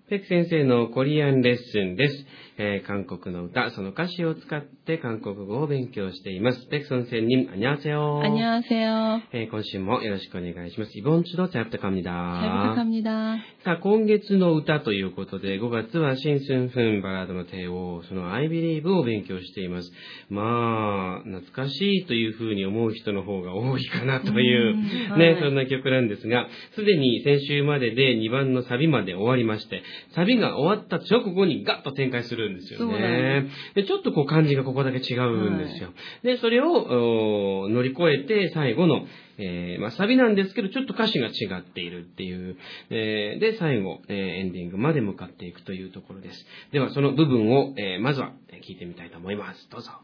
ペク先生のコリアンレッスンです。韓国の歌、その歌詞を使って韓国語を勉強しています。ペク선생님、안녕하세요。 안녕하세요。 今週もよろしくお願いします。이번 주도 잘 부탁합니다。 잘 부탁합니다。 さあ、今月の歌ということで、5月は新春風バラードの帝王、その I Believe を勉強しています。まあ、懐かしいというふうに思う人の方が多いかなという、ね、そんな曲なんですが、すでに先週までで2番のサビまで終わりまして、サビが終わった直後にガッと展開するんですよね。で、ちょっとこう感じがここだけ違うんですよ。で、それを乗り越えて最後の、サビなんですけど、ちょっと歌詞が違っているっていう、で、最後、エンディングまで向かっていくというところです。では、その部分を、まずは聞いてみたいと思います。どうぞ。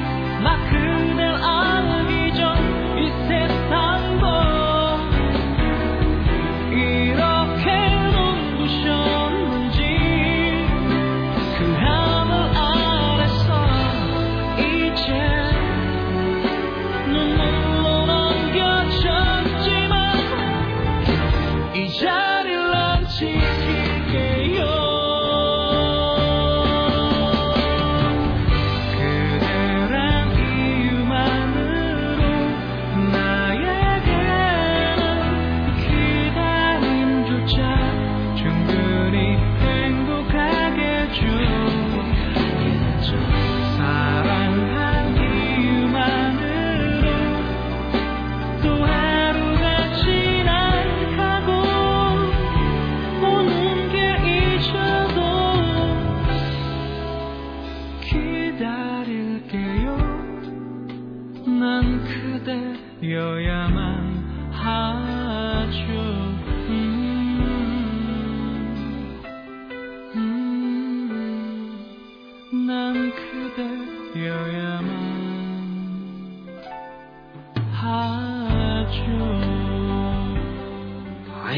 はい、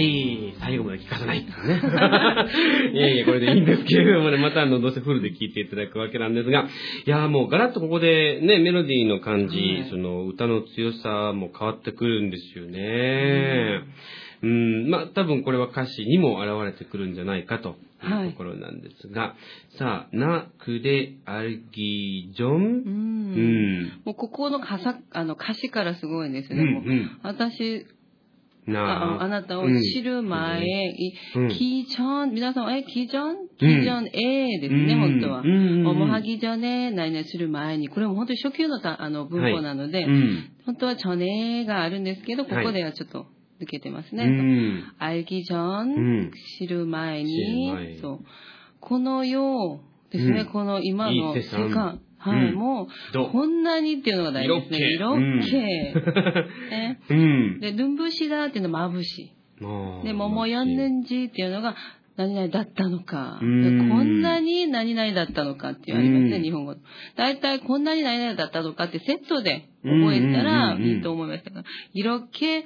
最後まで聞かせないからね。いやいや、これでいいんですけれどもね、またどうせフルで聞いていただくわけなんですが、いや、もうガラッとここでね、メロディーの感じ、その歌の強さも変わってくるんですよね。まあ、多分これは歌詞にも現れてくるんじゃないかというところなんですが、さあ、なくであぎじょん。 もうここの歌詞からすごいんですね。もう私、あなたを知る前、기전、皆さん、기전ですね、本当は。もはぎじょね、何々する前に、これも本当に初級の文法なので、本当は전에があるんですけど、ここではちょっと抜けてますね。알기 전、知る前に、そう。このようですね、この今の時間。はい、もう、こんなにっていうのが大事ですね。이렇게。で、눈부시다っていうのは眩しい。で、뭐뭐였는지っていうのが何々だったのか。こんなに何々だったのかっていうありますね、日本語。だいたいこんなに何々だったのかってセットで覚えたらいいと思いましたが、이렇게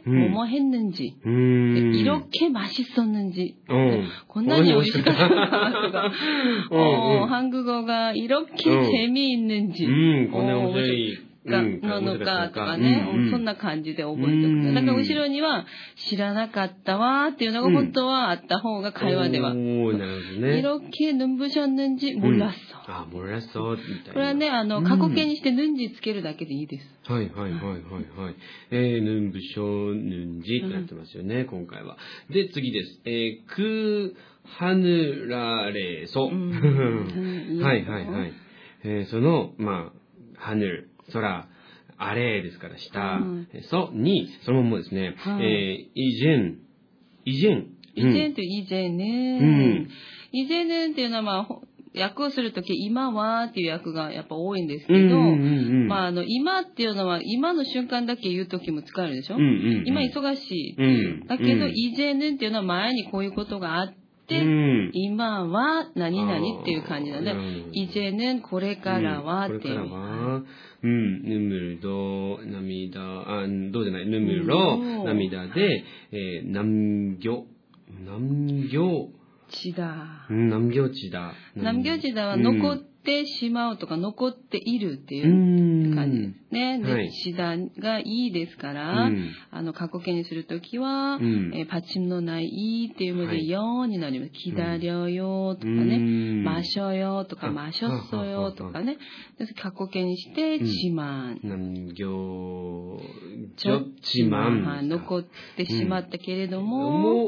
뭐뭐했는지、이렇게 맛있었는지、こんなに美味しかったのかとか、韓国語が이렇게 재미있는지、こんな面白いなのかとかね、そんな感じで覚えておく。だから後ろには知らなかったわっていうのが本当はあった方が会話では。이렇게 눈부셨는지 몰랐어。 몰랐어。 これはね、過去形にして는지つけるだけでいいです。 はいはいはいはいはい。눈부셨는지ってなってますよね、今回は。で、次です。하늘아래서。はいはいはい。その、まあ、하늘。空、あれですから下、に、そのままですね、以前って以前ね。以前っていうのは、まあ、訳をするとき、今はっていう訳がやっぱ多いんですけど、まあ、今っていうのは、今の瞬間だけ言うときも使えるでしょ。今忙しい。だけど、以前っていうのは前にこういうことがあって、今は何々っていう感じなので、以前これからはっていう。눈물도涙、どうじゃない、눈물로涙で、남겨지다。 남겨지다は残っってしまうとか残っているっていう感じですね。で、シダがいいですから、過去形にするときは、パチムのないっていう文字でよになります。기다려요とかね、マショよとかマショッソよとかね。過去形にして、チマン。 ちょっちまん。 残ってしまったけれども、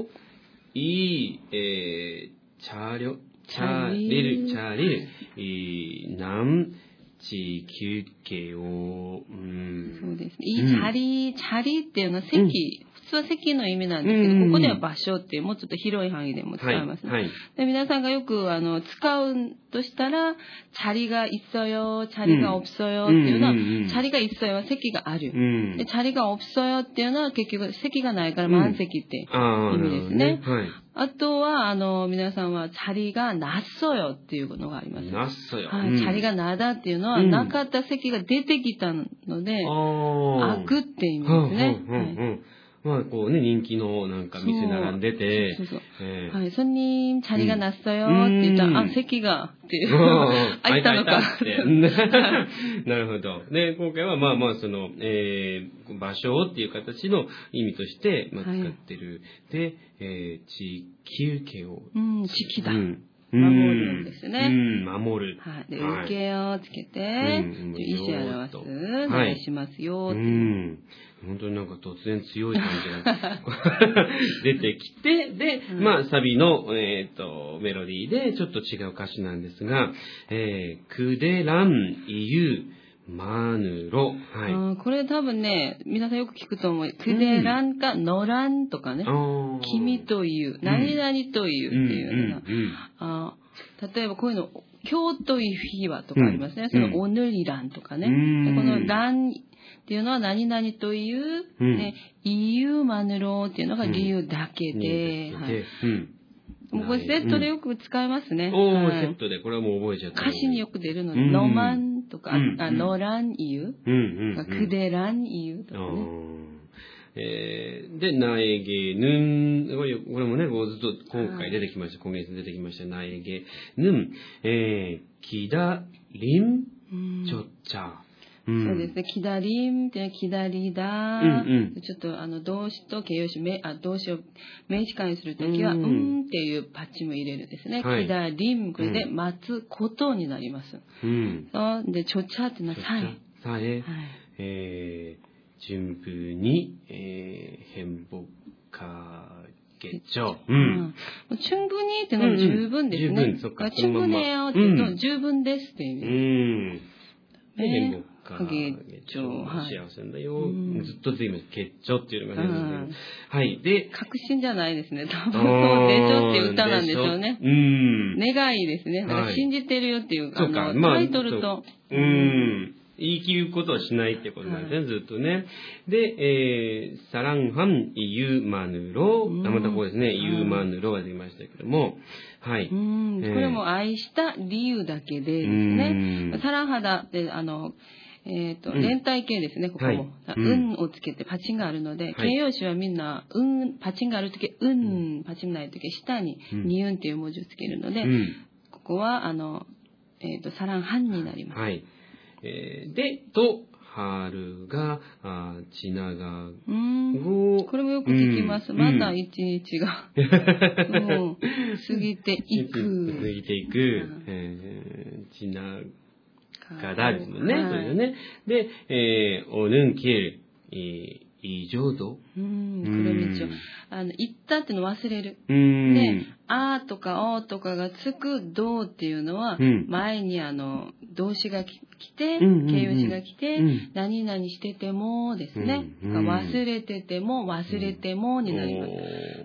そうですね。자리っていうのは席、普通は席の意味なんですけど、ここでは場所っていうもうちょっと広い範囲でも使いますね。で皆さんがよく使うとしたら、자리가 있어요、자리가 없어요っていうのは、자리가 있어요は席がある。で、자리가 없어요っていうのは結局席がないから満席って意味ですね。あとは、皆さんは、자리가 났어요っていうのがあります。 났어요。 자리가 나다っていうのは、なかった席が出てきたので、開くって意味ですね。 まあ、こうね、人気のなんか店並んでて、 はい、손님、자리가 났어요って言ったら、あ、席が、っていう、開いたのか。 なるほど。で、今回はまあまあ、その、場所っていう形の意味として、まあ、使ってる。で、地球家を。 地球だ。守るんですね。 守る。 はい。で、受けをつけて、意思を表す。お願いしますよ。 本当になんか突然強い感じが出てきて、で、まあ、サビの、メロディーでちょっと違う歌詞なんですが、クデランイユマヌロ。はい。 これ多分ね、皆さんよく聞くと思う。クデランかノランとかね。君という、何々というっていうような。例えばこういうの、今日という日はとかありますね。そのオヌリランとかね。このランっていうのは何々という、イユマヌロっていうのが理由だけで。もうこれセットでよく使いますね。 セットで、これはもう覚えちゃった。 歌詞によく出るので、ノマンとか、ノランイユ、クデランイユとかね。 で、ナエゲヌン、これもね、ずっと今回出てきました、今月出てきました、ナエゲヌン、キダリン、チョッチャ。 そうですね。キダリンってキダリダ。ちょっと動詞と形容詞、動詞を名詞化にするときは、っていうパッチも入れるんですね。キダリン、これで待つことになります。で、チョチャっていうのはさえ。 さえ。順風に、変貌かけちょ。 충분히っていうのは十分ですね。 十分、 충분해요っていうと十分ですっていう変貌かけちょ。幸せだよ。ずっとついます。けちょっていうのがね。はい。で、 確信じゃないですね。多分そうでしょっていう歌なんでしょうね。願いですね。だから信じてるよっていう、タイトルと。 言い切ることはしないってことなんですね、ずっとね。で、サランハンユーマヌロ、またここですね、ユーマヌロが出ましたけども、はい。これも愛した理由だけでですね、サランハダって、連帯形ですね、ここも。をつけてパチンがあるので、形容詞はみんな、パチンがあるとき、パチンないとき、下にニュンっていう文字をつけるので、ここは、サランハンになります。はい。 で、春が、ちなが、 これもよく聞きます。まだ一日が、過ぎていく。 過ぎていく、ちながらですもんね。そうですよね。で、おぬんける、異常度。 これ道を。行ったっていうのを忘れる。で、あとかおとかがつくどうっていうのは、前に動詞が来て、形容詞が来て、何々しててもですね。忘れてても、忘れてもになります。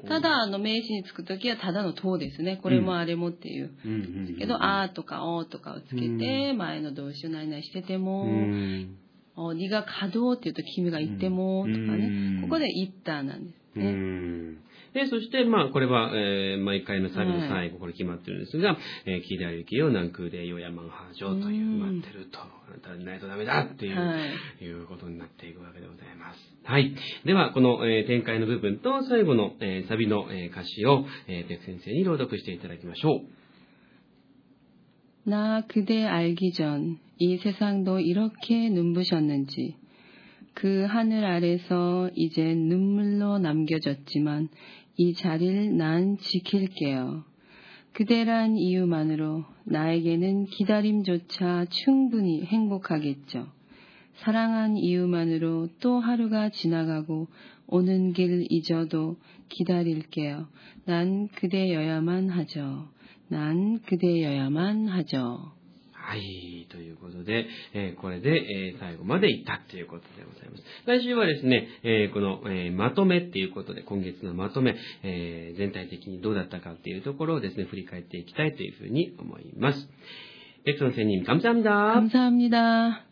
ただ、名詞につくときはただのとですね。これもあれもっていう。ですけど、あとかおとかをつけて、前の動詞を何々してても、にが稼働って言うと君が言ってもとかね。ここで言ったなんですね。 で、そして、まあ、これは、毎回のサビの最後、これ決まってるんですが、キダユキよ南空でヨヤマンハジョという待ってると、あなたにないとダメだっていう、いうことになっていくわけでございます。はい。では、この、展開の部分と最後の、サビの、歌詞を、ペク先生に朗読していただきましょう。 나 그대 알기 전 이 세상도 이렇게 눈부셨는지. 그 하늘 아래서 이제 눈물로 남겨졌지만 이 자리를 난 지킬게요. 그대란 이유만으로 나에게는 기다림조차 충분히 행복하겠죠. 사랑한 이유만으로 또 하루가 지나가고 오는 길 잊어도 기다릴게요. 난 그대여야만 하죠. 난 그대여야만 하죠. はい、ということで、これで、最後までいったということでございます。来週はですね、この、まとめっていうことで、今月のまとめ、全体的にどうだったかっていうところをですね、振り返っていきたいというふうに思います。백선생님 감사합니다. 감사합니다.